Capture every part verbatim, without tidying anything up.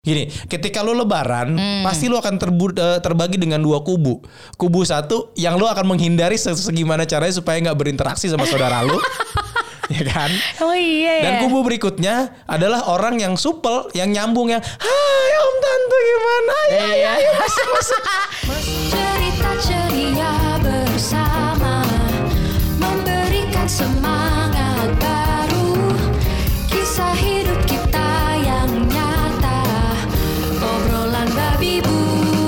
Gini, ketika lu lebaran, hmm. pasti lu akan terbu- terbagi dengan dua kubu. Kubu satu yang lu akan menghindari segimana caranya supaya gak berinteraksi sama saudara lu. Ya kan? Oh iya ya. Dan kubu berikutnya adalah orang yang supel, yang nyambung, yang hai om tante gimana? Ayo, ayo, ayo masuk, masuk. Cerita ceria bersama, memberikan semangat baru, kisah hidup kita yang nyata, obrolan babi bu.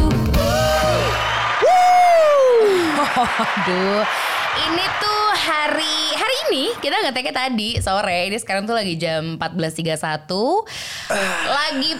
Aduh, ini tuh hari hari ini kita ngeteknya tadi sore. Ini sekarang tuh lagi jam empat belas tiga puluh satu. Lagi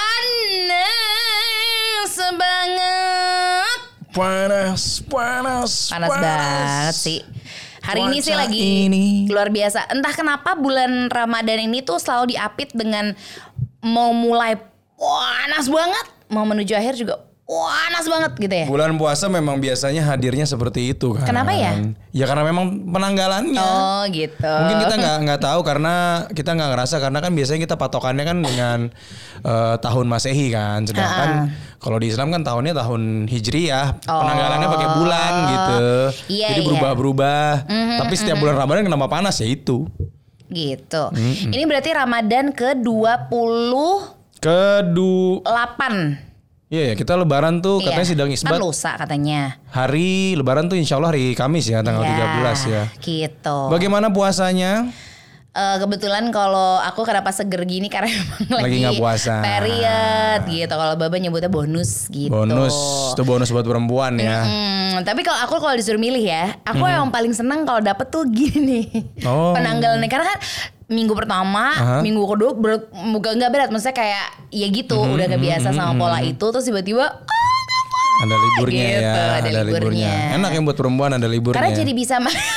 panas banget. Panas, panas, Panas, panas banget sih. Hari Cuaca ini sih lagi ini. luar biasa. Entah kenapa bulan Ramadan ini tuh selalu diapit dengan mau mulai panas banget, mau menuju akhir juga panas banget gitu ya. Bulan puasa memang biasanya hadirnya seperti itu kan. Kenapa ya? Ya karena memang penanggalannya. Oh gitu. Mungkin kita nggak nggak tahu karena kita nggak ngerasa karena kan biasanya kita patokannya kan dengan uh, tahun Masehi kan. Sedangkan kalau di Islam kan tahunnya tahun Hijriyah. Oh. Penanggalannya pakai bulan gitu. Iya, Jadi iya. berubah-berubah. Mm-hmm, Tapi setiap bulan Ramadan kenapa panas ya itu. Gitu. Mm-mm. Ini berarti Ramadan ke dua puluh Kedua. delapan. Iya ya, kita lebaran tuh katanya Iya. sidang isbat. Kan lusa katanya. Hari lebaran tuh insya Allah hari Kamis ya, tanggal Ya, tiga belas ya. Gitu. Bagaimana puasanya? Uh, kebetulan kalau aku kenapa seger gini karena memang Lagi lagi, nggak puasa. period gitu. Kalau Baba nyebutnya bonus gitu. Bonus, itu bonus buat perempuan ya. Hmm, tapi kalau aku kalau disuruh milih ya, aku mm-hmm. yang paling seneng kalau dapet tuh gini nih. Oh. Penanggalannya karena kan minggu pertama, uh-huh. minggu kedua berat, nggak berat, maksudnya kayak ya gitu, mm-hmm. udah kebiasa sama pola itu, terus tiba-tiba oh, ada liburnya gitu, ya, ada, ada liburnya. liburnya. Enak yang buat perempuan ada liburnya. Karena jadi bisa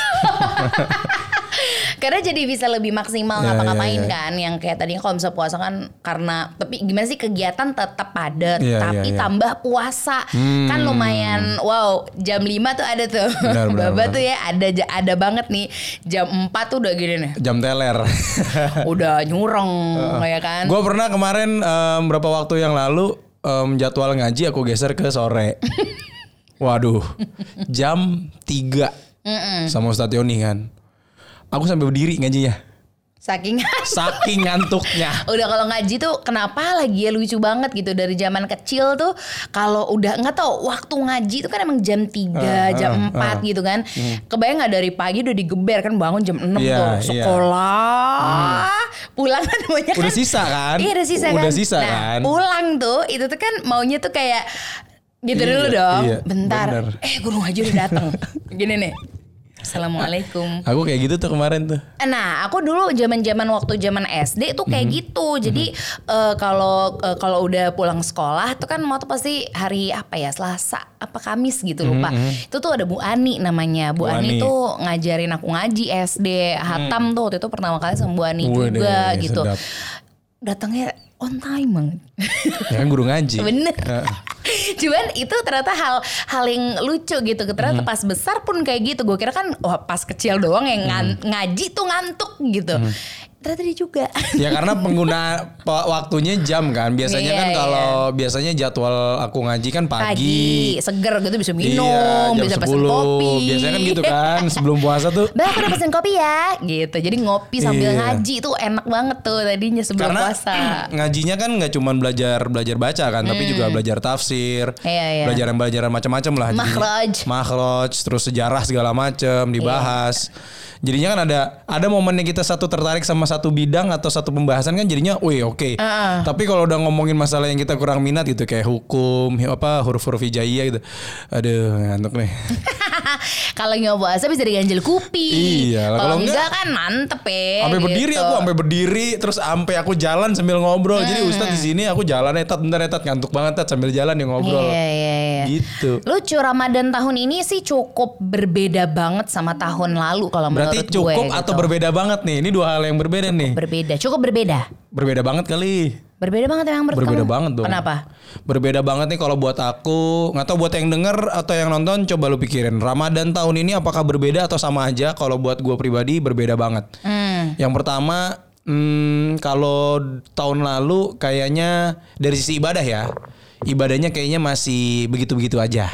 Karena jadi bisa lebih maksimal ya, ngapa-ngapain ya, ya. kan. Yang kayak tadinya kalau misalnya puasa kan karena, tapi gimana sih kegiatan tetap padat, ya, tapi ya, ya. tambah puasa hmm. kan lumayan. Wow, jam lima tuh ada tuh benar, benar, Baba benar. tuh ya ada ada banget nih. Jam empat tuh udah gini nih, jam teler. udah nyurong kayak kan. Gue pernah kemarin um, berapa waktu yang lalu um, jadwal ngaji aku geser ke sore. Waduh, jam tiga sama Ustadz Yoni kan. Aku sampai berdiri ngajinya. Saking Saking ngantuknya. Udah kalau ngaji tuh kenapa lagi ya lucu banget gitu. Dari zaman kecil tuh kalau udah gak tahu waktu ngaji tuh kan emang jam tiga, uh, jam uh, empat uh. gitu kan. hmm. Kebayang gak dari pagi udah digeber kan, bangun jam enam yeah, tuh sekolah. yeah. hmm. Pulang kan banyak kan. Udah sisa kan. Iya udah sisa kan. Udah sisa nah, kan. Pulang tuh itu tuh kan maunya tuh kayak gitu iya, dulu dong. Iya, bentar bener. Eh guru ngaji udah datang. Gini nih, Assalamualaikum. Aku kayak gitu tuh kemarin tuh. Nah, aku dulu zaman-zaman waktu zaman S D tuh kayak mm-hmm. gitu. Jadi kalau mm-hmm. uh, kalau uh, udah pulang sekolah tuh kan mau tuh pasti hari apa ya, Selasa apa Kamis gitu lupa. Mm-hmm. Itu tuh ada Bu Ani namanya. Bu, Bu Ani. Ani tuh ngajarin aku ngaji S D. Hatam mm. tuh waktu itu pertama kali sama Bu Ani Uwe juga deh, gitu. Sedap. Datangnya on time banget. Ya kan guru ngaji. Bener. Cuman itu ternyata hal hal yang lucu gitu. Ternyata hmm. pas besar pun kayak gitu. Gue kira kan wah pas kecil doang yang ng- ngaji tuh ngantuk gitu. Hmm. Ternyata dia juga. Ya karena pengguna waktunya jam kan. Biasanya yeah, kan kalau yeah. biasanya jadwal aku ngaji kan pagi. Pagi, seger gitu bisa minum, iya, bisa pesen kopi. Biasanya kan gitu kan sebelum puasa tuh. Bah aku udah pesen kopi ya gitu. Jadi ngopi sambil iya. ngaji tuh enak banget tuh tadinya sebelum karena puasa. Ngajinya kan gak cuma belajar belajar baca kan. Hmm. Tapi juga belajar tafsir. Iya, iya. Belajar-belajaran macam-macam lah. Makhraj. Makhraj. Terus sejarah segala macam dibahas. Iya. Jadinya kan ada ada momennya kita satu tertarik sama satu bidang atau satu pembahasan kan jadinya, wih oke. Okay. Uh-uh. Tapi kalau udah ngomongin masalah yang kita kurang minat gitu kayak hukum, apa huruf-huruf hijaiyah gitu, aduh ngantuk nih. Kalau nggak puasa bisa diganjel kupi. Iya. Kalau enggak, enggak kan mantep ya. Sampai gitu. berdiri aku, sampai berdiri, terus sampai aku jalan sambil ngobrol. Hmm. Jadi Ustadz di sini aku jalan, etat bentar etat ngantuk banget tat sambil jalan ya ngobrol. Iya iya iya. Gitu. Lucu Ramadan tahun ini sih cukup berbeda banget sama tahun lalu kalau menurut gue. Berarti cukup gitu. Atau berbeda banget nih? Ini dua hal yang berbeda cukup nih. Berbeda, cukup berbeda. Berbeda banget kali. Berbeda banget emang menurut Berbeda kamu? banget dong. Kenapa? Berbeda banget nih kalau buat aku. Nggak tahu buat yang denger atau yang nonton, coba lu pikirin. Ramadan tahun ini apakah berbeda atau sama aja? Kalau buat gue pribadi berbeda banget. Hmm. Yang pertama Hmm, kalau tahun lalu kayaknya dari sisi ibadah ya. Ibadahnya kayaknya masih begitu-begitu aja.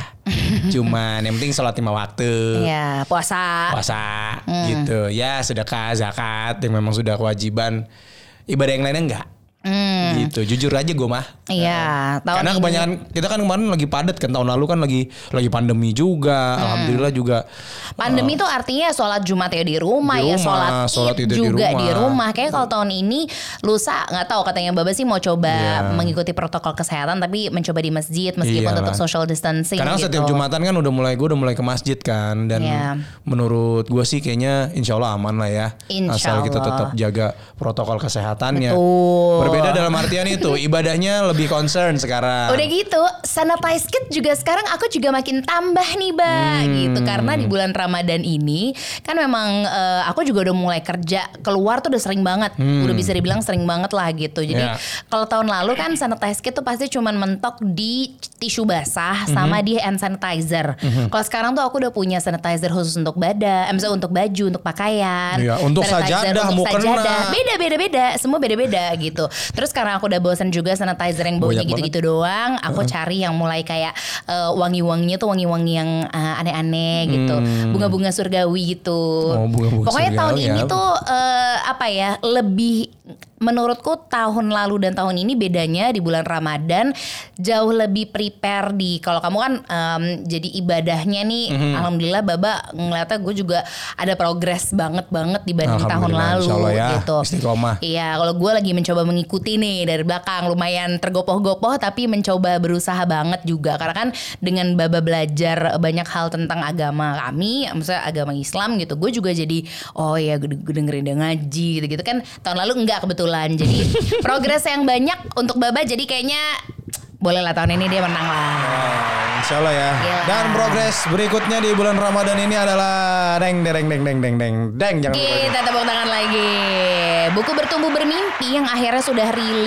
Cuman yang penting sholat lima waktu. Iya, puasa. Puasa hmm. gitu. Ya sedekah, zakat yang memang sudah kewajiban. Ibadah yang lainnya enggak. Hmm. Gitu, jujur aja gue mah. Iya. Tahun Karena kebanyakan ini, kita kan kemarin lagi padat kan, tahun lalu kan lagi lagi pandemi juga, hmm. alhamdulillah juga. Pandemi itu uh, artinya sholat Jumat ya di rumah, di ya rumah, sholat Id juga di rumah. di rumah. Kayaknya kalau tahun ini lusa nggak tahu katanya Baba sih mau coba yeah. mengikuti protokol kesehatan tapi mencoba di masjid meskipun Iyalah. tetap social distancing. Karena gitu. setiap Jumatan kan udah mulai gue udah mulai ke masjid kan dan yeah. menurut gue sih kayaknya insya Allah aman lah ya. Insya Asal Allah. kita tetap jaga protokol kesehatannya. Betul. Berbeda dalam artian itu ibadahnya lebih concern sekarang. Udah gitu sanitize kit juga sekarang aku juga makin tambah nih Ba hmm. gitu karena di bulan Ramadan ini kan memang uh, aku juga udah mulai kerja keluar tuh udah sering banget hmm. udah bisa dibilang sering banget lah gitu. Jadi yeah. kalau tahun lalu kan sanitize kit tuh pasti cuman mentok di tisu basah mm-hmm. sama di hand sanitizer. Mm-hmm. Kalau sekarang tuh aku udah punya sanitizer khusus untuk badan, eh, misalnya untuk baju, untuk pakaian, yeah, untuk sajadah, untuk sajadah. Beda beda beda, semua beda beda gitu. Terus karena aku udah bosan juga sanitizer yang baunya gitu-gitu doang, aku uh. cari yang mulai kayak uh, wangi-wanginya tuh wangi-wangi yang uh, aneh-aneh gitu, hmm. bunga-bunga surgawi gitu. Oh, bunga-bunga Pokoknya surgawi tahun ya. ini tuh uh, apa ya lebih menurutku tahun lalu dan tahun ini bedanya di bulan Ramadan jauh lebih prepare di kalau kamu kan um, jadi ibadahnya nih mm-hmm. alhamdulillah Baba ngeliatnya gue juga ada progres banget banget dibanding tahun lalu ya, gitu. Istiqomah. Iya, kalau gue lagi mencoba mengikuti nih dari belakang lumayan tergopoh-gopoh tapi mencoba berusaha banget juga karena kan dengan Baba belajar banyak hal tentang agama kami, maksudnya agama Islam gitu. Gue juga jadi oh ya gue dengerin dia ngaji gitu-gitu kan tahun lalu enggak kebetulan. Jadi progres yang banyak untuk Baba jadi kayaknya boleh lah tahun ini dia menang lah. Oh, insya Allah ya. Gila. Dan progres berikutnya di bulan Ramadan ini adalah deng deng deng deng deng deng deng jangan lupa. Kita tepuk tangan lagi. Buku Bertumbuh Bermimpi yang akhirnya sudah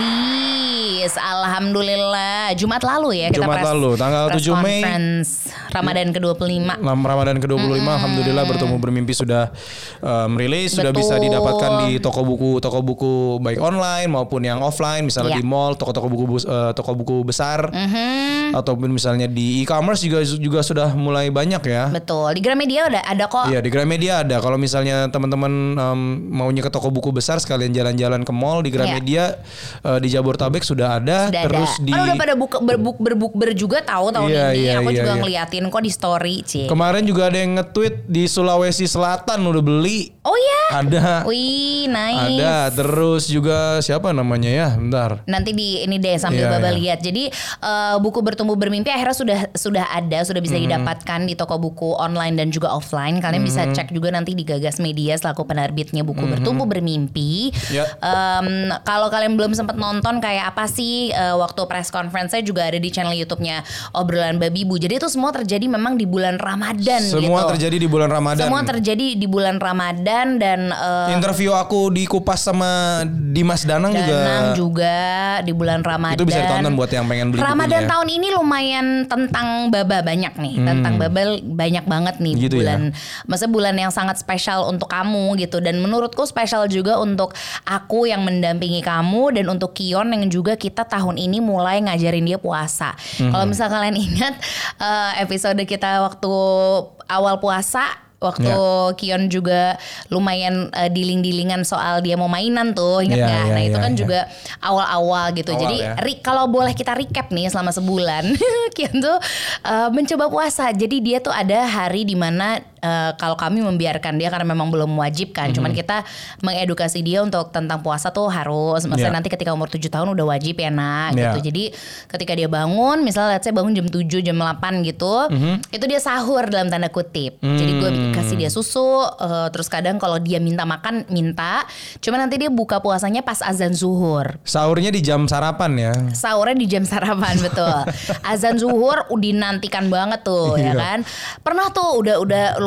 rilis. Alhamdulillah. Jumat lalu ya kita Jumat press, lalu tanggal tujuh Mei Ramadan ke dua puluh lima. Ramadan ke dua puluh lima mm-hmm. Alhamdulillah Bertumbuh Bermimpi sudah um, rilis, sudah bisa didapatkan di toko buku toko buku baik online maupun yang offline misalnya yeah. di mall, toko-toko buku uh, toko buku besar. Mm-hmm. Ataupun misalnya di e-commerce juga juga sudah mulai banyak ya. Betul. Di Gramedia udah ada kok. Iya, di Gramedia ada. Kalau misalnya teman-teman um, maunya ke toko buku besar sekalian jalan-jalan ke mall di Gramedia yeah. uh, di Jabodetabek sudah ada. Sudah Terus ada. di kan udah pada buka berbuk berbuk ber juga tahu tahun yeah, ini. Yeah, Aku yeah, juga yeah. ngeliatin kok di story, Ci. Kemarin juga ada yang nge-tweet di Sulawesi Selatan udah beli. Oh ya? Ada. Wih, nice. Ada. Terus juga siapa namanya ya? Bentar. Nanti di ini deh sambil yeah, Baba yeah. lihat. Jadi uh, buku Bertumbuh Bermimpi akhirnya sudah sudah ada, sudah bisa mm-hmm. didapatkan di toko buku online dan juga offline. Kalian mm-hmm. bisa cek juga nanti di Gagas Media selaku penerbitnya buku mm-hmm. Bertumbuh Bermimpi. Yeah. Um, kalau kalian belum sempat nonton kayak apa sih uh, waktu press conference-nya juga ada di channel YouTube-nya Obrolan Babi Bu. Jadi itu semua terjadi memang di bulan Ramadan. Semua gitu. terjadi di bulan Ramadan. Semua terjadi di bulan Ramadan dan uh, interview aku di Kupas sama Dimas Danang, Danang juga. Danang juga di bulan Ramadan. Itu bisa ditonton buat yang pengen beli Ramadan bukunya. Tahun ini lumayan tentang Baba banyak nih, hmm. tentang Baba banyak banget nih gitu bulan. Ya? Maksudnya bulan yang sangat spesial untuk kamu gitu dan menurutku spesial juga untuk aku yang mendampingi kamu dan untuk Kion yang juga kita tahun ini mulai ngajarin dia puasa. Hmm. Kalau misal kalian ingat uh, episode kita waktu awal puasa. Waktu yeah. Kion juga lumayan uh, diling-dilingan soal dia mau mainan tuh, ingat yeah, gak? Yeah, nah itu yeah, kan yeah. juga awal-awal gitu. Awal, Jadi ya. ri- kalau boleh kita recap nih selama sebulan, Kion tuh uh, mencoba puasa. Jadi dia tuh ada hari dimana uh, kalau kami membiarkan dia karena memang belum wajib kan. Mm-hmm. Cuman kita mengedukasi dia untuk tentang puasa tuh harus. Maksudnya yeah. nanti ketika umur tujuh tahun udah wajib ya nak yeah. gitu. Jadi ketika dia bangun, misalnya let's say bangun jam tujuh, jam delapan gitu, mm-hmm. itu dia sahur dalam tanda kutip. Mm-hmm. Jadi gue kasih dia susu, uh, terus kadang kalau dia minta makan, minta. Cuma nanti dia buka puasanya pas azan zuhur. Sahurnya di jam sarapan ya? Sahurnya di jam sarapan, betul. Azan zuhur dinantikan banget tuh, ya kan. Pernah tuh udah udah lumayan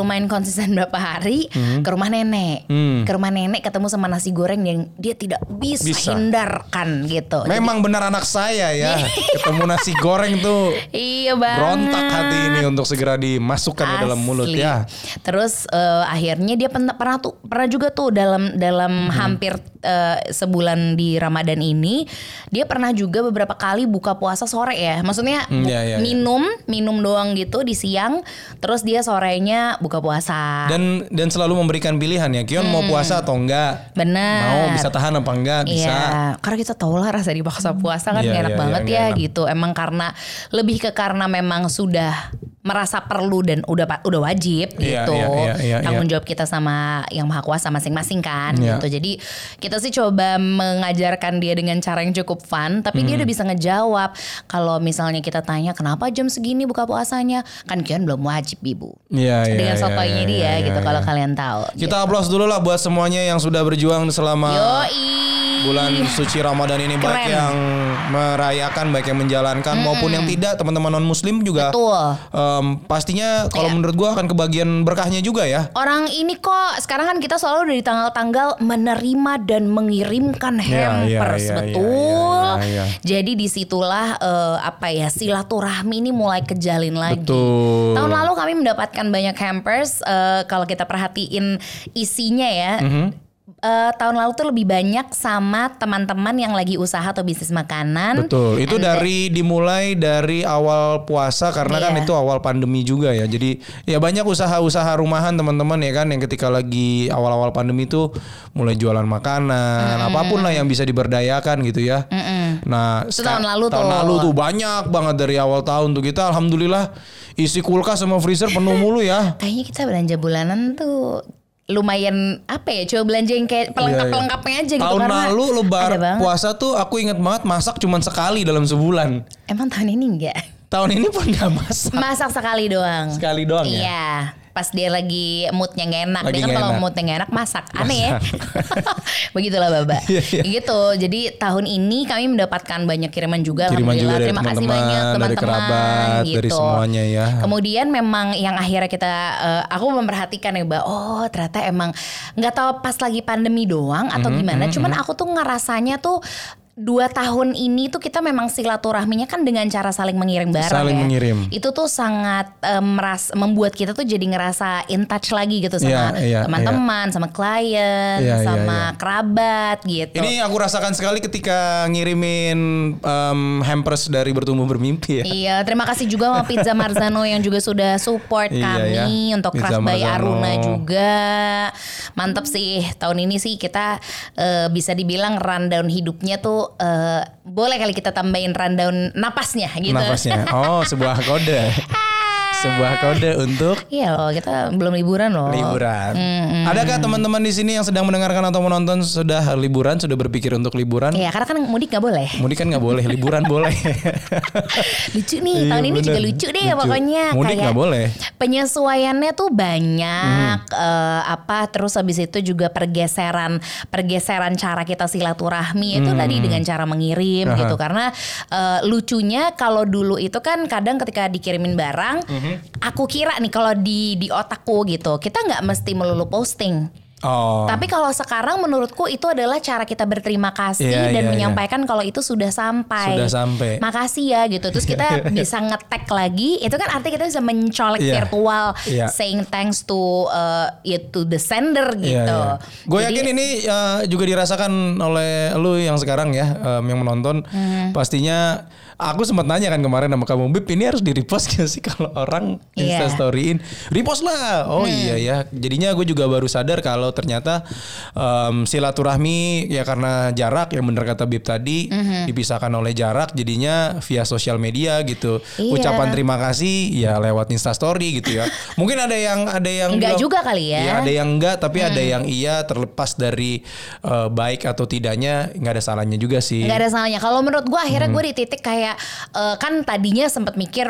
lumayan konsisten berapa hari hmm. ke rumah nenek. Hmm. Ke rumah nenek ketemu sama nasi goreng yang dia tidak bisa, bisa. hindarkan gitu. Memang Jadi, benar anak saya ya. Ketemu nasi goreng tuh. Iya banget. Berontak hati ini untuk segera dimasukkan Asli. ke dalam mulut ya. Terus uh, akhirnya dia pernah, pernah tuh pernah juga tuh dalam dalam hmm. hampir uh, sebulan di Ramadan ini dia pernah juga beberapa kali buka puasa sore ya. Maksudnya hmm, bu- ya, ya, minum ya. minum doang gitu di siang, terus dia sorenya buka puasa. Dan dan selalu memberikan pilihan ya, Kion hmm. mau puasa atau enggak? Benar. Mau bisa tahan apa enggak? Bisa. Iya, karena kita tahu lah rasa dipaksa puasa kan yeah, gak enak yeah, banget yeah, ya enak. gitu. Emang karena lebih ke karena memang sudah merasa perlu dan udah udah wajib yeah, gitu. Yeah, yeah, yeah, Tanggung yeah. jawab kita sama yang Maha Kuasa masing-masing kan Yeah. gitu. Jadi kita sih coba mengajarkan dia dengan cara yang cukup fun, tapi hmm. dia udah bisa ngejawab. Kalau misalnya kita tanya kenapa jam segini buka puasanya, kan Kion belum wajib Ibu. Yeah, yeah, dengan sotoynya yeah, dia yeah, gitu yeah, kalau yeah. kalian tahu. Kita gitu. aplaus dulu lah buat semuanya yang sudah berjuang selama Yoi. bulan suci Ramadan ini. Keren. Baik yang merayakan, baik yang menjalankan mm-mm. maupun yang tidak, teman-teman non muslim juga. Betul. Um, pastinya kalau yeah. menurut gua akan kebagian berkahnya juga ya. Orang ini kok sekarang kan kita selalu dari tanggal-tanggal menerima dan mengirimkan hampers, yeah, yeah, yeah, betul. Yeah, yeah, yeah. Jadi disitulah uh, apa ya silaturahmi ini mulai kejalin lagi. Betul. Tahun lalu kami mendapatkan banyak hampers. Uh, kalau kita perhatiin isinya ya. Mm-hmm. Uh, tahun lalu tuh lebih banyak sama teman-teman yang lagi usaha atau bisnis makanan. Betul. Itu And dari then, dimulai dari awal puasa karena yeah. kan itu awal pandemi juga ya. Jadi ya banyak usaha-usaha rumahan teman-teman ya kan yang ketika lagi awal-awal pandemi itu mulai jualan makanan, mm. apapun lah yang bisa diberdayakan gitu ya. Mm-mm. Nah, itu tahun lalu tahun tuh. lalu tuh banyak banget dari awal tahun tuh kita alhamdulillah isi kulkas sama freezer penuh mulu ya. Kayaknya kita belanja bulanan tuh lumayan apa ya, coba belanja yang kayak pelengkap-pelengkapnya aja gitu. Tahun karena lalu lebaran puasa tuh aku inget banget masak cuman sekali dalam sebulan. Emang tahun ini enggak? Tahun ini pun gak masak. Masak sekali doang. Sekali doang ya? Iya. Pas dia lagi moodnya gak enak. Lagi Dia kan kalau moodnya gak enak masak. Aneh masak. Ya. Begitulah Baba. Gitu. Jadi tahun ini kami mendapatkan banyak kiriman juga. Kiriman juga dari Terima teman-teman, kasih banyak teman-teman. dari kerabat, gitu. Dari semuanya ya. Kemudian memang yang akhirnya kita, uh, aku memperhatikan ya Mbak. Oh ternyata emang gak tahu pas lagi pandemi doang atau mm-hmm, gimana. Mm-hmm. Cuman aku tuh ngerasanya tuh dua tahun ini tuh kita memang silaturahminya kan dengan cara saling mengirim barang saling ya. mengirim. Itu tuh sangat um, meras, membuat kita tuh jadi ngerasa in touch lagi gitu sama yeah, yeah, teman-teman, yeah. sama klien, yeah, sama yeah, yeah. kerabat gitu. Ini aku rasakan sekali ketika ngirimin um, hampers dari Bertumbuh Bermimpi ya. Iya, terima kasih juga sama Pizza Marzano yang juga sudah support iya, kami ya. untuk Pizza Craft by Marzano. Aruna juga. Mantap sih, tahun ini sih kita uh, bisa dibilang rundown hidupnya tuh uh, boleh kali kita tambahin rundown napasnya gitu. Napasnya. Oh, sebuah kode. Sebuah kode untuk iya loh, kita belum liburan loh. Liburan. Mm-hmm. Adakah teman-teman di sini yang sedang mendengarkan atau menonton sudah liburan, sudah berpikir untuk liburan? Iya, karena kan mudik nggak boleh. Mudik kan nggak boleh, liburan boleh. Lucu nih, tahun iya, ini bener. juga lucu deh lucu. pokoknya. Mudik nggak boleh. Penyesuaiannya tuh banyak, hmm. uh, apa terus habis itu juga pergeseran pergeseran cara kita silaturahmi itu hmm. tadi dengan cara mengirim. Aha. Gitu karena uh, lucunya kalau dulu itu kan kadang ketika dikirimin barang hmm. aku kira nih kalau di di otakku gitu kita nggak mesti melulu posting. Oh. Tapi kalau sekarang menurutku itu adalah cara kita berterima kasih yeah, dan yeah, menyampaikan yeah. kalau itu sudah sampai. Sudah sampai. Makasih ya gitu. Terus kita bisa nge-tag lagi. Itu kan artinya kita bisa mencolek yeah. virtual yeah. saying thanks to uh, ya to the sender gitu. Yeah, yeah. Gue yakin ini uh, juga dirasakan oleh lu yang sekarang ya um, yang menonton. Hmm. Pastinya aku sempat nanya kan kemarin sama kamu, Bib ini harus di repost gak sih kalau orang yeah. instastoryin? Repost lah. Oh hmm. iya ya. Jadinya gue juga baru sadar kalau ternyata um, silaturahmi ya karena jarak yang benar kata Bib tadi mm-hmm. dipisahkan oleh jarak jadinya via sosial media gitu. Iya. Ucapan terima kasih ya lewat Instastory gitu ya. Mungkin ada yang ada yang enggak bilang, juga kali ya. Ya ada yang enggak tapi hmm. ada yang iya terlepas dari uh, baik atau tidaknya enggak ada salahnya juga sih. Enggak ada salahnya. Kalau menurut gue akhirnya hmm. gue di titik kayak uh, kan tadinya sempat mikir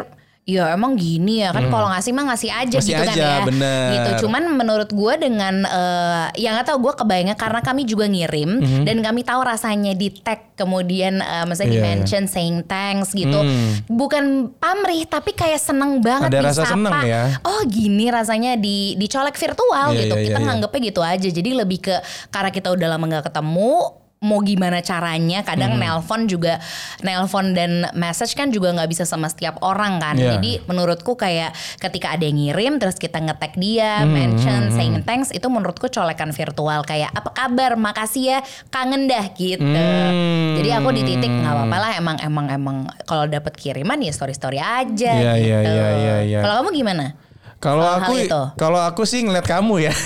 ya emang gini ya kan hmm. kalau ngasih mah ngasih aja ngasih gitu aja, kan ya. Bener. Gitu. Cuman menurut gue dengan uh, ya nggak tahu gue kebayangnya karena kami juga ngirim mm-hmm. dan kami tahu rasanya di tag kemudian uh, misalnya yeah, di mention yeah. saying thanks gitu. Mm. Bukan pamrih tapi kayak seneng banget ada disapa. Rasa seneng ya. Oh gini rasanya di dicolek virtual yeah, gitu. Yeah, kita yeah, nganggepnya yeah. gitu aja. Jadi lebih ke karena kita udah lama nggak ketemu. Mau gimana caranya kadang hmm. nelpon juga nelpon dan message kan juga nggak bisa sama setiap orang kan yeah. jadi menurutku kayak ketika ada yang ngirim terus kita nge-tag dia hmm. mention hmm. saying thanks itu menurutku colekan virtual kayak apa kabar makasih ya kangen dah gitu hmm. jadi aku di titik nggak apa-apa lah emang emang emang kalau dapat kiriman ya story story aja yeah, gitu yeah, yeah, yeah, yeah. Kalau kamu gimana kalau aku kalau aku sih ngeliat kamu ya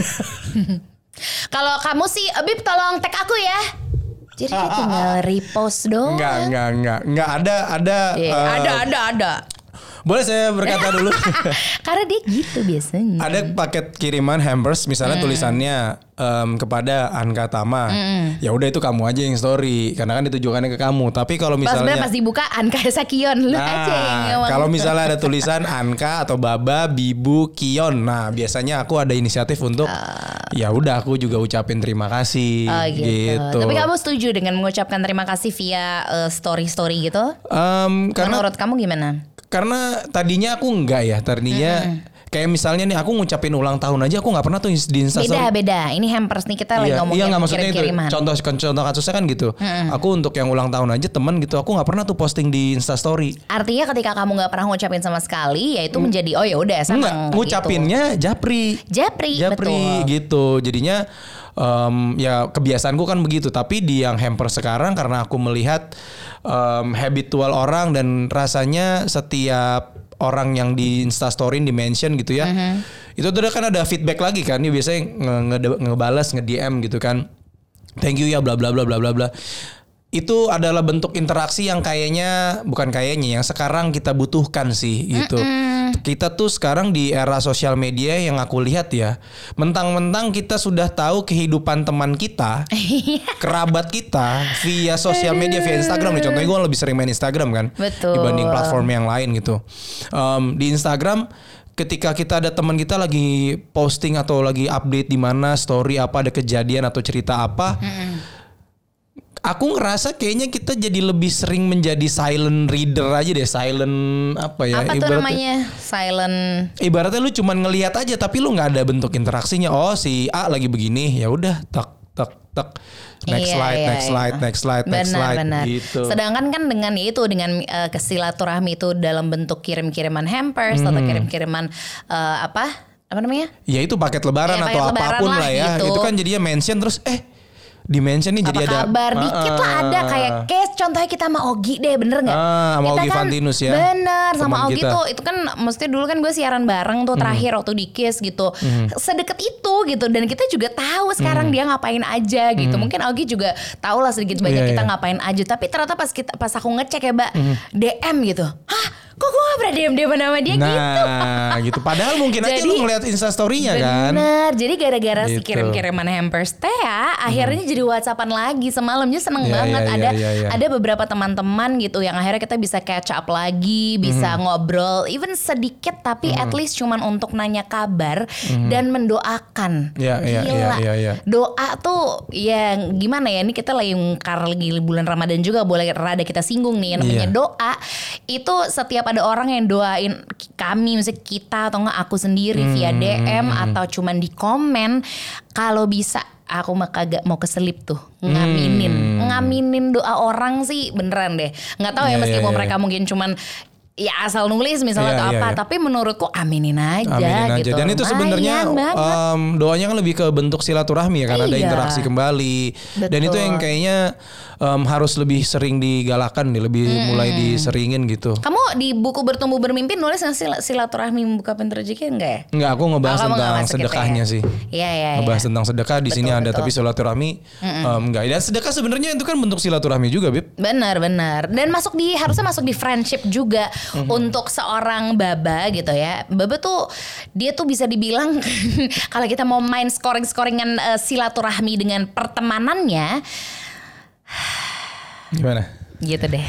kalau kamu sih Bib tolong tag aku ya. Jadi dia tinggal repost doang. Enggak, enggak, enggak. Enggak ada, ada. Yeah, uh, ada, ada, ada. Boleh saya berkata dulu? Karena dia gitu biasanya. Ada paket kiriman hampers misalnya mm. tulisannya um, kepada Anka Tama. Mm. Ya udah itu kamu aja yang story karena kan ditujukannya ke kamu. Tapi kalau misalnya pas dibuka Anka Sakion lu nah, aja yang kalau misalnya ada tulisan Anka atau Baba, Bibu, Kion. Nah, biasanya aku ada inisiatif untuk uh. ya udah aku juga ucapin terima kasih oh, gitu. gitu. Tapi kamu setuju dengan mengucapkan terima kasih via uh, story-story gitu? Um, karena menurut kamu gimana? Karena tadinya aku enggak ya, tadinya mm-hmm. kayak misalnya nih aku ngucapin ulang tahun aja aku nggak pernah tuh di Instastory. Beda beda, ini hampers nih kita iya, lagi ngomongin iya, gak, maksudnya kirim-kiriman. Itu, contoh contoh kasusnya kan gitu. Mm-hmm. Aku untuk yang ulang tahun aja teman gitu, aku nggak pernah tuh posting di Instastory. Artinya ketika kamu nggak pernah ngucapin sama sekali, ya itu mm. menjadi oh ya udah sama. Enggak, ngucapinnya gitu. japri. Japri, japri betul. Gitu, jadinya. Um, ya kebiasaanku kan begitu. Tapi di yang hamper sekarang karena aku melihat um, habitual orang dan rasanya setiap orang yang di Instastory di mention gitu ya, uh-huh. itu tuh kan ada feedback lagi kan. Ini biasanya nge- nge- ngebalas nge-D M gitu kan. Thank you ya bla bla bla bla bla bla. Itu adalah bentuk interaksi yang kayaknya bukan kayaknya yang sekarang kita butuhkan sih gitu. Mm-mm. Kita tuh sekarang di era sosial media yang aku lihat ya, mentang-mentang kita sudah tahu kehidupan teman kita, kerabat kita via sosial media, via Instagram nih. Contohnya gue lebih sering main Instagram kan, betul, dibanding platform yang lain gitu. Um, di Instagram ketika kita ada teman kita lagi posting atau lagi update di mana story apa ada kejadian atau cerita apa. Mm-mm. Aku ngerasa kayaknya kita jadi lebih sering menjadi silent reader aja deh, silent apa ya? Apa tuh namanya? Silent. Ibaratnya lu cuman ngelihat aja, tapi lu nggak ada bentuk interaksinya. Oh si A lagi begini, ya udah, tak tak tak. Next iya, slide, iya, next iya. slide, next slide, benar, next slide. Benar. Gitu. Sedangkan kan dengan itu, dengan uh, kesilaturahmi itu dalam bentuk kirim-kiriman hampers hmm. atau kirim-kiriman uh, apa? Apa namanya? Ya itu paket lebaran ya, atau paket apapun lebaran lah ya. Gitu. Itu kan jadinya mention terus eh. Dimension nih apa jadi ada kabar dikit lah ada kayak case contohnya kita sama Ogi deh bener nggak? Ah, sama kita Ogi kan, Fantinus ya. Bener sama Teman Ogi kita. tuh itu kan maksudnya dulu kan gue siaran bareng tuh terakhir hmm. waktu di Kiss gitu. Hmm. Sedekat itu gitu dan kita juga tahu sekarang hmm. dia ngapain aja gitu. Hmm. Mungkin Ogi juga tahu lah sedikit banyak yeah, kita yeah. ngapain aja. Tapi ternyata pas kita pas aku ngecek ya Mbak hmm. D M gitu. Hah? Kok gue gak pernah D M D M sama dia nah, gitu. Nah gitu. Padahal mungkin jadi, aja lu ngeliat Instastory-nya kan. Bener. Jadi gara-gara gitu. si kirim-kiriman hampers teh ya, hmm. akhirnya jadi WhatsAppan lagi semalamnya seneng yeah, banget. yeah, ada yeah, yeah, yeah. ada beberapa teman-teman gitu yang akhirnya kita bisa catch up lagi, bisa hmm. ngobrol, even sedikit tapi hmm. at least cuman untuk nanya kabar hmm. dan mendoakan. Yeah, yeah, Gila. yeah, yeah, yeah. Doa tuh ya gimana ya? Ini kita lagi ngkar lagi bulan Ramadan juga boleh rada kita singgung nih namanya yeah. doa. Itu setiap ada orang yang doain kami misalnya kita atau enggak aku sendiri hmm. via D M atau cuman di komen, kalau bisa aku mah kagak mau keselip tuh ngaminin hmm. ngaminin doa orang sih beneran deh. Nggak tahu yeah, ya meskipun yeah, mereka yeah. mungkin cuman ya asal nulis misalnya yeah, atau apa, yeah, yeah. tapi menurutku aminin aja, aminin gitu. Aja. Dan itu sebenarnya um, doanya kan lebih ke bentuk silaturahmi ya, karena iya. ada interaksi kembali. Betul. Dan itu yang kayaknya um, harus lebih sering digalakan, lebih hmm. mulai diseringin gitu. Kamu di buku Bertumbuh Bermimpi nulis nggak sih silaturahmi membuka pintu rezeki enggak ya? Enggak, aku ngebahas oh, tentang sedekahnya ya? sih. Iya iya. Ngebahas ya. tentang sedekah di betul, sini ada, betul. Tapi silaturahmi um, enggak. Dan sedekah sebenarnya itu kan bentuk silaturahmi juga, Bib. Benar benar. Dan masuk di harusnya masuk di friendship juga. Mm-hmm. Untuk seorang Baba gitu ya, Baba tuh dia tuh bisa dibilang kalau kita mau main scoring-scoringan uh, silaturahmi dengan pertemanannya, gimana? Gitu deh.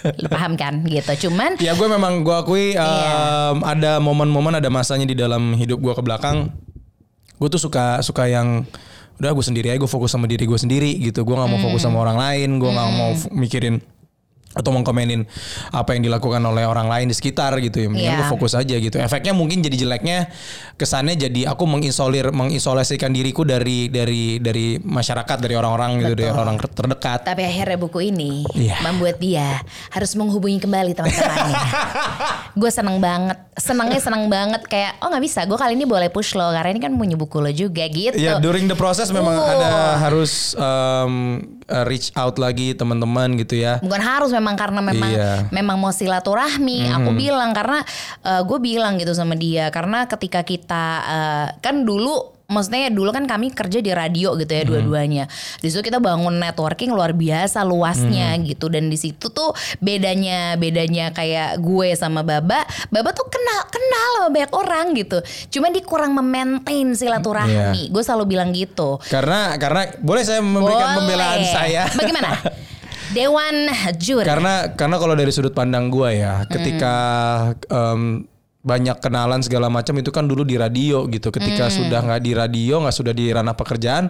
Lu paham kan gitu. Cuman Ya gue memang gue akui um, Iya. ada momen-momen, ada masanya di dalam hidup gue ke belakang. Gue tuh suka suka yang udah gue sendiri aja, gue fokus sama diri gue sendiri gitu. Gue nggak mau fokus sama orang lain. Gue nggak mau f- mikirin atau mengkomenin apa yang dilakukan oleh orang lain di sekitar gitu ya. Mendingan Iya. gue fokus aja gitu. Efeknya mungkin jadi jeleknya, kesannya jadi aku mengisolir mengisolasikan diriku dari dari dari masyarakat, dari orang-orang gitu, Betul. dari orang terdekat. tapi akhirnya buku ini Iya. membuat dia harus menghubungi kembali teman-temannya. Gue seneng banget, senengnya seneng banget kayak oh nggak bisa, gue kali ini boleh push lo karena ini kan punya buku lo juga gitu. Ya during the process memang Uh. ada harus um, uh, reach out lagi teman-teman gitu ya. Bukan harus, memang karena memang Iya. memang mau silaturahmi. Aku bilang karena gue bilang gitu sama dia karena ketika kita uh, kan dulu maksudnya dulu kan kami kerja di radio gitu ya dua-duanya. Di situ kita bangun networking luar biasa luasnya gitu, dan di situ tuh bedanya bedanya kayak gue sama Baba, Baba tuh kenal kenal sama banyak orang gitu. Cuma dia kurang memaintain silaturahmi. Gue selalu bilang gitu. Karena karena boleh saya memberikan Boleh. pembelaan saya. Bagaimana? Dewan Juri. Karena karena kalau dari sudut pandang gue ya, ketika em, banyak kenalan segala macam itu kan dulu di radio gitu. Ketika sudah nggak di radio, nggak sudah di ranah pekerjaan,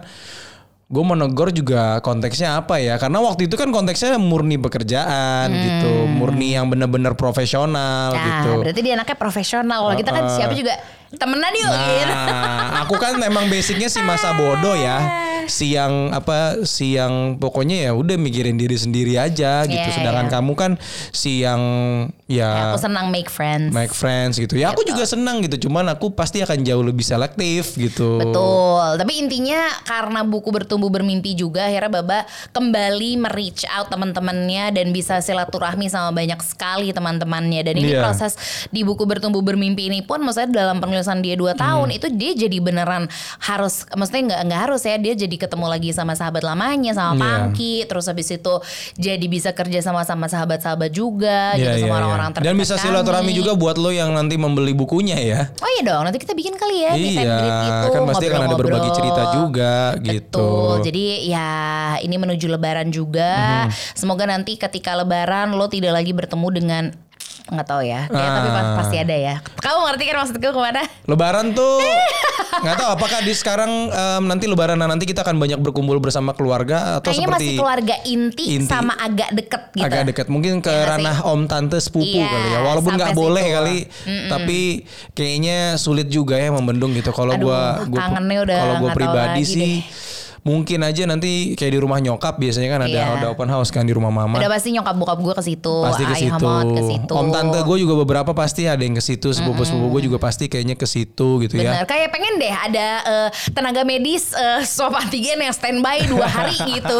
gue menegur juga konteksnya apa ya? Karena waktu itu kan konteksnya murni pekerjaan gitu, murni yang benar-benar profesional Nah, gitu. berarti dia anaknya profesional. Kalau kita kan Uh-uh. siapa juga temenan yuk gitu. Nah, aku kan emang basicnya si masa bodoh ya. Si yang apa, si yang pokoknya ya udah mikirin diri sendiri aja gitu. Iya, Sedangkan iya. kamu kan si yang Ya, ya aku senang make friends. make friends gitu. Ya aku juga senang gitu. Cuman aku pasti akan jauh lebih selektif gitu. Betul. Tapi intinya karena buku Bertumbuh Bermimpi juga akhirnya Baba kembali me-reach out teman-temannya dan bisa silaturahmi sama banyak sekali teman-temannya. Dan ini Iya. proses di buku Bertumbuh Bermimpi ini pun maksudnya dalam penulisan dia dua tahun itu dia jadi beneran harus, maksudnya nggak nggak harus ya, dia jadi ketemu lagi sama sahabat lamanya, sama Iya. Pangki, terus habis itu jadi bisa kerja sama sama sahabat-sahabat juga Iya, gitu, sama iya, orang-orang iya. terdekat Dan bisa silaturahmi kami. juga buat lo yang nanti membeli bukunya ya. Oh iya dong, nanti kita bikin kali ya di Iya, Time Grid gitu, kan pasti akan ada berbagi ngobrol-ngobrol. cerita juga gitu. Betul. Jadi ya ini menuju Lebaran juga. Mhm. Semoga nanti ketika Lebaran lo tidak lagi bertemu dengan, nggak tahu ya, kayak tapi Ah. pas- pasti ada ya. Kamu ngerti kan maksudku kemana? Lebaran tuh nggak tahu apakah di sekarang em, nanti Lebaran nanti kita akan banyak berkumpul bersama keluarga atau Kayaknya seperti masih keluarga inti, inti. sama agak deket gitu. agak dekat mungkin ke Iya nggak ranah sih? om tante sepupu Iya, kali ya, walaupun nggak sampai boleh situ. kali, tapi kayaknya sulit juga ya membendung gitu. Kalau Aduh, gua, gua kangennya udah kalau gua nggak tahu pribadi lagi sih deh. mungkin aja nanti kayak di rumah nyokap biasanya kan ada Iya. ada open house kan di rumah mama. Udah pasti nyokap bokap gue ke situ, Pasti ke ayah situ. Hamot ke situ. Om tante gue juga beberapa pasti ada yang ke situ, sepupu-sepupu gue juga pasti kayaknya ke situ gitu ya. Bener, kayak pengen deh ada eh, tenaga medis eh, swab antigen yang standby dua hari gitu.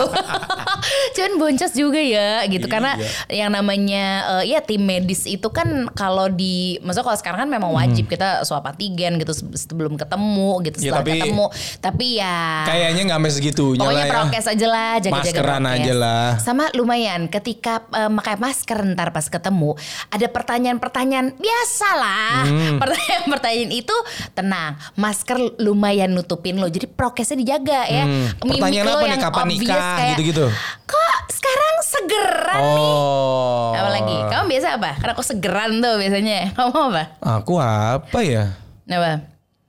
Cuman boncos juga ya gitu, karena Iya. yang namanya eh, ya tim medis itu kan kalau di, maksudnya kalau sekarang kan memang wajib kita swab antigen gitu sebelum ketemu gitu, Ya, setelah tapi- ketemu. Tapi ya Kayaknya nggak sampai segitunya pokoknya lah ya. prokes aja lah, jaga-jaga Maskeran prokes. aja lah. Sama lumayan ketika eh, pakai masker ntar pas ketemu ada pertanyaan-pertanyaan biasa lah. Hmm. Pertanyaan-pertanyaan itu tenang, masker lumayan nutupin lo, jadi prokesnya dijaga ya. Hmm. Mimik Pertanyaan lo apa nih, yang kapan obvious nikah, kayak, gitu-gitu? Kok sekarang segeran nih? Oh. Apa lagi? Kamu biasa apa? Karena aku segeran tuh biasanya. Kamu apa? Aku apa ya? Apa?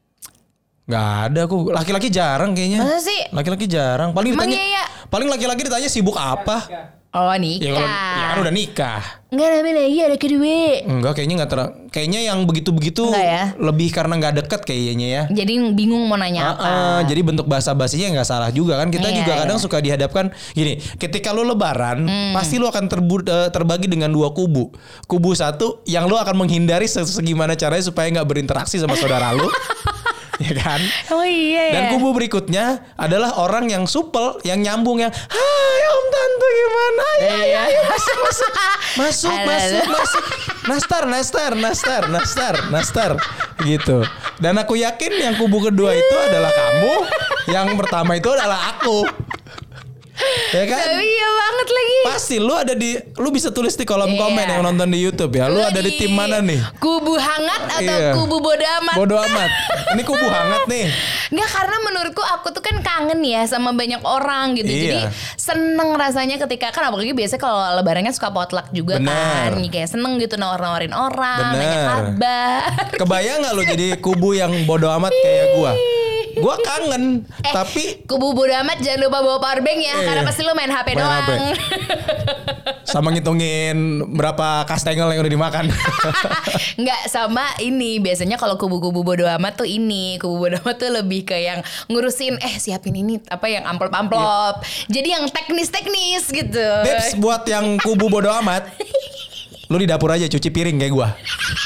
Gak ada, aku laki-laki jarang kayaknya. Masa sih? Laki-laki jarang. Paling Emang ditanya, iya ya? paling laki-laki ditanya sibuk apa? Oh Ya nikah. kalau ya kan udah nikah. Enggak ada lagi, ada kedua. Enggak, kayaknya nggak ter. Kayaknya yang begitu-begitu Enggak ya? lebih karena nggak deket kayaknya ya. Jadi bingung mau nanya Ah, apa. ah, jadi bentuk bahasa basinya nggak salah juga kan. Kita Iya, juga kadang iya. suka dihadapkan gini. Ketika lu lebaran, Hmm. pasti lu akan terbu- eh, terbagi dengan dua kubu. Kubu satu yang lu akan menghindari se- segimana caranya supaya nggak berinteraksi sama saudara lu. Ya kan? Oh iya ya. Dan kubu berikutnya adalah orang yang supel, yang nyambung, yang hai om tante gimana? Ayo, ayo, ayo, masuk, masuk, masuk, Ada, masuk, ada. masuk. Nastar, nastar, nastar, nastar, nastar, gitu. Dan aku yakin yang kubu kedua itu adalah kamu, yang pertama itu adalah aku. Ya kan? Tapi iya banget lagi. Pasti lu ada di, lu bisa tulis di kolom Iya. komen yang nonton di YouTube ya. Lu Lu ada di tim mana nih? Kubu hangat atau Iya. kubu bodo amat? Bodo amat. Ini kubu hangat nih. Nggak, karena menurutku aku tuh kan kangen ya sama banyak orang gitu. Iya. Jadi seneng rasanya ketika, kan apalagi biasanya kalau lebarannya suka potluck juga. Bener. Kan. Kayak seneng gitu nawar-nawarin orang, Bener. nanya kabar. Kebayang gak lu jadi kubu yang bodo amat kayak gua? Gua kangen, Eh, tapi kubu bodo amat jangan lupa bawa powerbank ya, Iya. karena pasti lu main H P Main doang. H P. sama ngitungin berapa kastengel yang udah dimakan. Nggak, sama ini biasanya kalau kubu-kubu bodo amat tuh ini kubu bodo amat tuh lebih ke yang ngurusin eh siapin ini apa yang amplop-amplop. Jadi yang teknis-teknis gitu. Tips buat yang kubu bodo amat, lu di dapur aja cuci piring kayak gua.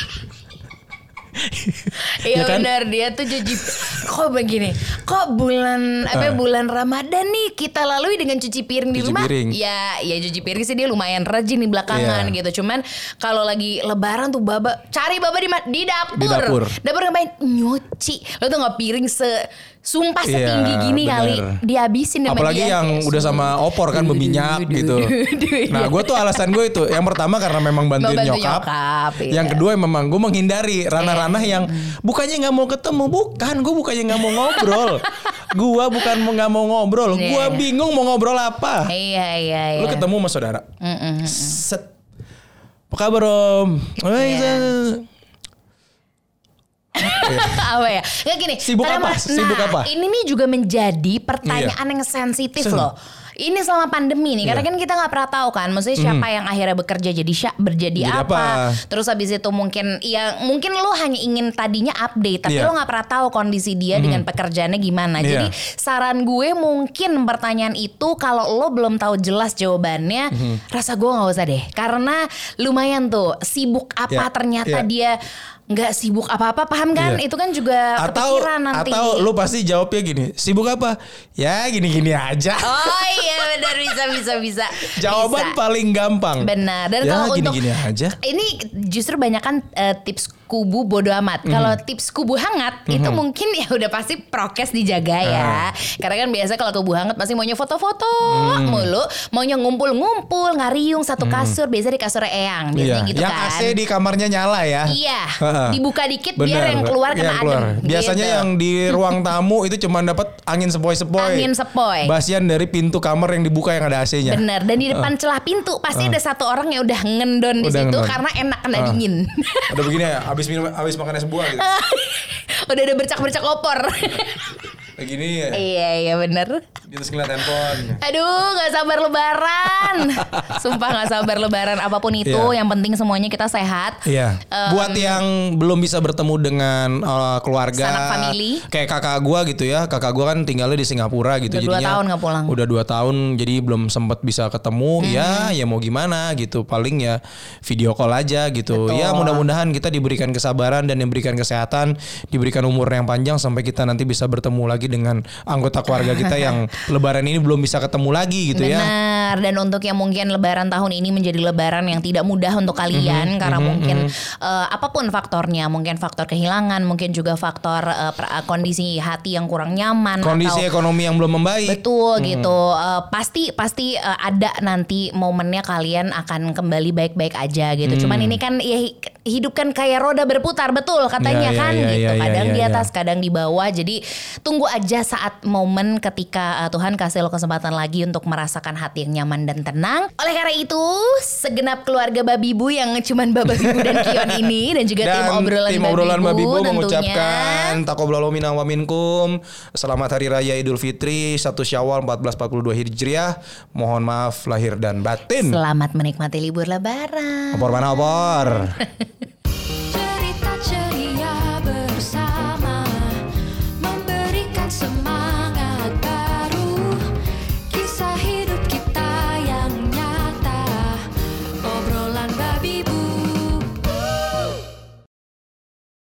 Iya Ya kan? benar, dia tuh cuci. Kok begini? Kok bulan apa Ah. bulan Ramadan nih kita lalui dengan cuci piring di Cuci rumah? piring. Ya, ya cuci piring sih dia lumayan rajin di belakangan Iya. gitu. Cuman kalau lagi Lebaran tuh baba cari baba di ma- di dapur. Di dapur. Dapur ngapain? Nyuci. Lo tuh nggak piring se sumpah Iya, setinggi gini bener. kali dihabisin sama Apalagi dia. yang Kayak udah sama opor kan berminyak gitu. Nah gue tuh alasan gue itu. Yang pertama karena memang bantuin Ngebantu nyokap. nyokap, iya. Yang kedua memang gue menghindari ranah-ranah yang bukannya nggak mau ketemu. Bukan, gue bukannya nggak mau ngobrol. Gue bukan mau nggak mau ngobrol. Iya, Gue iya. bingung mau ngobrol apa. Iya iya iya. Lu ketemu sama saudara. Mm-mm. Set. Apa kabar Om? Oh, Iya. iya. Apa ya? Nggak gini. Sibuk karena apa? mas- Sibuk nah, apa? Ini nih juga menjadi pertanyaan yang sensitif Sen- loh. Ini selama pandemi nih, karena Iya. kan kita nggak pernah tahu kan, maksudnya siapa yang akhirnya bekerja jadi syak, berjadi Jadi apa. apa? Terus habis itu mungkin, ya mungkin lo hanya ingin tadinya update, tapi Iya. lo nggak pernah tahu kondisi dia dengan pekerjaannya gimana. Iya. Jadi saran gue mungkin pertanyaan itu kalau lo belum tahu jelas jawabannya, rasa gue nggak usah deh, karena lumayan tuh sibuk apa Iya. ternyata Iya. dia nggak sibuk apa-apa, paham kan? Iya. Itu kan juga Atau kepikiran nanti. atau lu pasti jawabnya gini, sibuk apa? Ya gini-gini aja. Oh iya benar, bisa bisa bisa. Jawaban Bisa. paling gampang. Benar. Dan Ya, kalau untuk gini-gini aja. ini justru banyak kan eh, tips kubu bodo amat. Mhm. Kalau tips kubu hangat itu mungkin ya udah pasti prokes dijaga ya. Ah. Karena kan biasa kalau kubu hangat pasti maunya foto-foto Mhm. mulu, maunya ngumpul-ngumpul, ngariung satu kasur, biasa di kasur eyang, biasanya Iya. gitu Yang kan. A C di kamarnya nyala ya. Iya, Heeh. dibuka dikit Bener. biar yang keluar kena Yang keluar. adem. Biasanya gitu. yang di ruang tamu itu cuma dapat angin sepoi-sepoi. Angin sepoi. Basian dari pintu kamar yang dibuka yang ada A C-nya. Bener, dan di depan celah pintu pasti ada satu orang yang udah ngendon di Udah situ ngendon. karena enak kena Ah. dingin. Udah begini ya, habis minum habis makan es buah gitu. Udah ada bercak-bercak opor. Kayak gini ya. Iya iya bener. Terus ngeliat handphone. Aduh gak sabar lebaran. Sumpah gak sabar lebaran apapun itu. Iya. Yang penting semuanya kita sehat. Iya. Em, Buat yang belum bisa bertemu dengan uh, keluarga, Sanak family. kayak kakak gua gitu ya. Kakak gua kan tinggalnya di Singapura gitu. Udah dua jadinya tahun nggak pulang. Udah dua tahun, jadi belum sempat bisa ketemu. Hmm. Ya, ya mau gimana gitu. Paling ya video call aja gitu. Betul. Ya mudah-mudahan kita diberikan kesabaran dan diberikan kesehatan, diberikan umur yang panjang sampai kita nanti bisa bertemu lagi dengan anggota keluarga kita yang Lebaran ini belum bisa ketemu lagi gitu ya. Benar. Dan untuk yang mungkin lebaran tahun ini menjadi lebaran yang tidak mudah untuk kalian. Mhm, Karena mungkin eh, apapun faktornya. Mungkin faktor kehilangan. Mungkin juga faktor eh, per- kondisi hati yang kurang nyaman. Kondisi atau ekonomi yang belum membaik. Betul gitu. Eh, pasti pasti eh, ada nanti momennya kalian akan kembali baik-baik aja gitu. Hmm. Cuman ini kan ya hi- hidup kan kayak roda berputar, betul katanya Ya, ya, kan ya, gitu. ya, ya, Kadang ya, di ya. atas, kadang di bawah. Jadi tunggu aja saat momen ketika eh, Tuhan kasih lo kesempatan lagi untuk merasakan hati yang nyaman dan tenang. Oleh karena itu, segenap keluarga Babibu yang cuman Babibu dan Kion ini dan juga tim obrolan tim obrolan Babibu, Babibu tentunya. mengucapkan taqabbalallahu minna wa minkum. Selamat Hari Raya Idul Fitri satu Syawal empat belas empat puluh dua Hijriah. Mohon maaf lahir dan batin. Selamat menikmati libur lebaran. Opor mana opor?